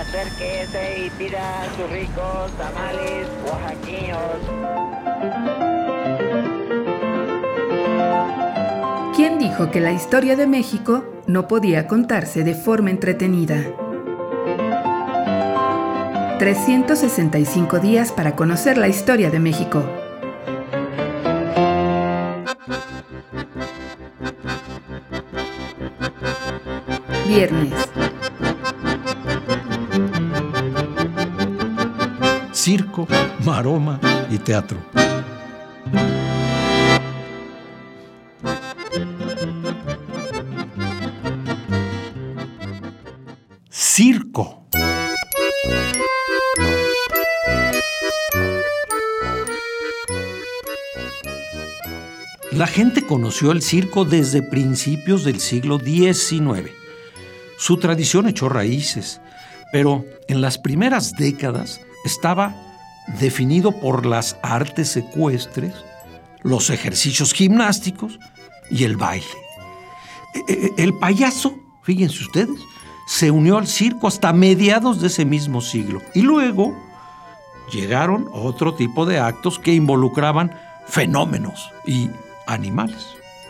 Acérquese y pida sus ricos tamales oaxaqueños. ¿Quién dijo que la historia de México no podía contarse de forma entretenida? 365 días para conocer la historia de México. Viernes. Circo, maroma y teatro. Circo. La gente conoció el circo desde principios del siglo XIX. Su tradición echó raíces, pero en las primeras décadas estaba definido por las artes ecuestres, los ejercicios gimnásticos y el baile. El payaso, fíjense ustedes, se unió al circo hasta mediados de ese mismo siglo. Y luego llegaron otro tipo de actos que involucraban fenómenos y animales.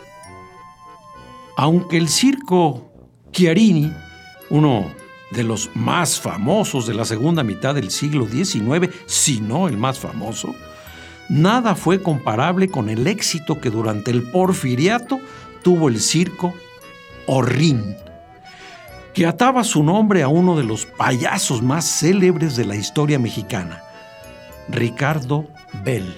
Aunque el circo Chiarini, uno de los más famosos de la segunda mitad del siglo XIX, si no el más famoso, nada fue comparable con el éxito que durante el Porfiriato tuvo el circo Horrín, que ataba su nombre a uno de los payasos más célebres de la historia mexicana, Ricardo Bell.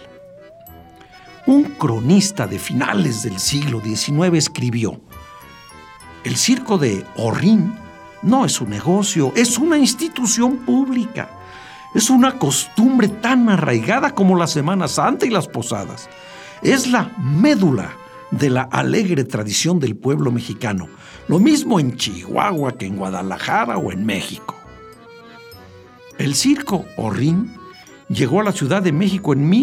Un cronista de finales del siglo XIX escribió: el circo de Horrín no es un negocio, es una institución pública. Es una costumbre tan arraigada como la Semana Santa y las posadas. Es la médula de la alegre tradición del pueblo mexicano. Lo mismo en Chihuahua que en Guadalajara o en México. El circo Horrín llegó a la Ciudad de México en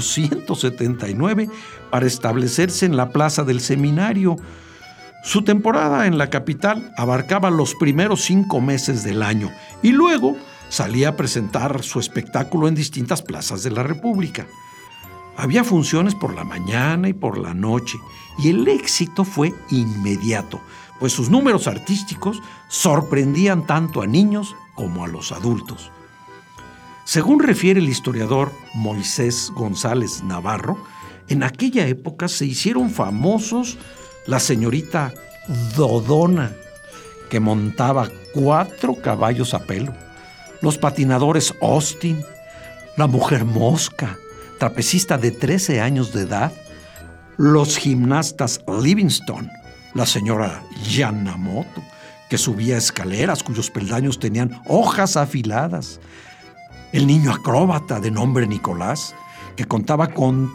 1879 para establecerse en la Plaza del Seminario. Su temporada en la capital abarcaba los primeros 5 meses del año y luego salía a presentar su espectáculo en distintas plazas de la República. Había funciones por la mañana y por la noche y el éxito fue inmediato, pues sus números artísticos sorprendían tanto a niños como a los adultos. Según refiere el historiador Moisés González Navarro, en aquella época se hicieron famosos la señorita Dodona, que montaba 4 caballos a pelo, los patinadores Austin, la mujer Mosca, trapecista de 13 años de edad, los gimnastas Livingston, la señora Yamamoto, que subía escaleras cuyos peldaños tenían hojas afiladas, el niño acróbata de nombre Nicolás, que contaba con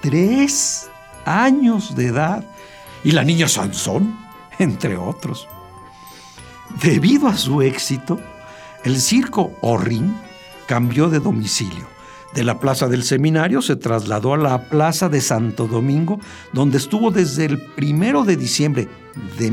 3 años de edad, y la niña Sansón, entre otros. Debido a su éxito, el circo Horrín cambió de domicilio. De la Plaza del Seminario se trasladó a la Plaza de Santo Domingo, donde estuvo desde el 1 de diciembre de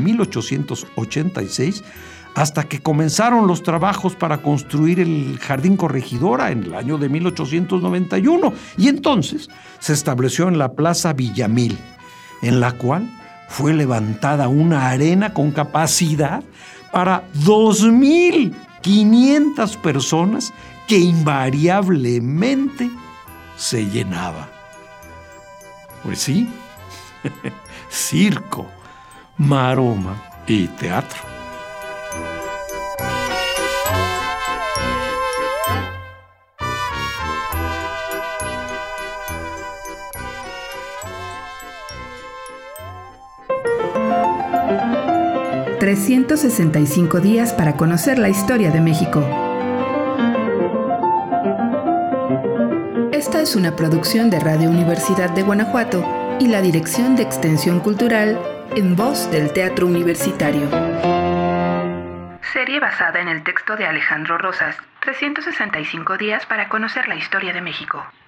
1886 hasta que comenzaron los trabajos para construir el Jardín Corregidora en el año de 1891. Y entonces se estableció en la Plaza Villamil, en la cual fue levantada una arena con capacidad para 2,500 personas que invariablemente se llenaba. Pues sí, circo, maroma y teatro. ...365 días para conocer la historia de México. Esta es una producción de Radio Universidad de Guanajuato y la Dirección de Extensión Cultural en voz del Teatro Universitario. Serie basada en el texto de Alejandro Rosas, 365 días para conocer la historia de México.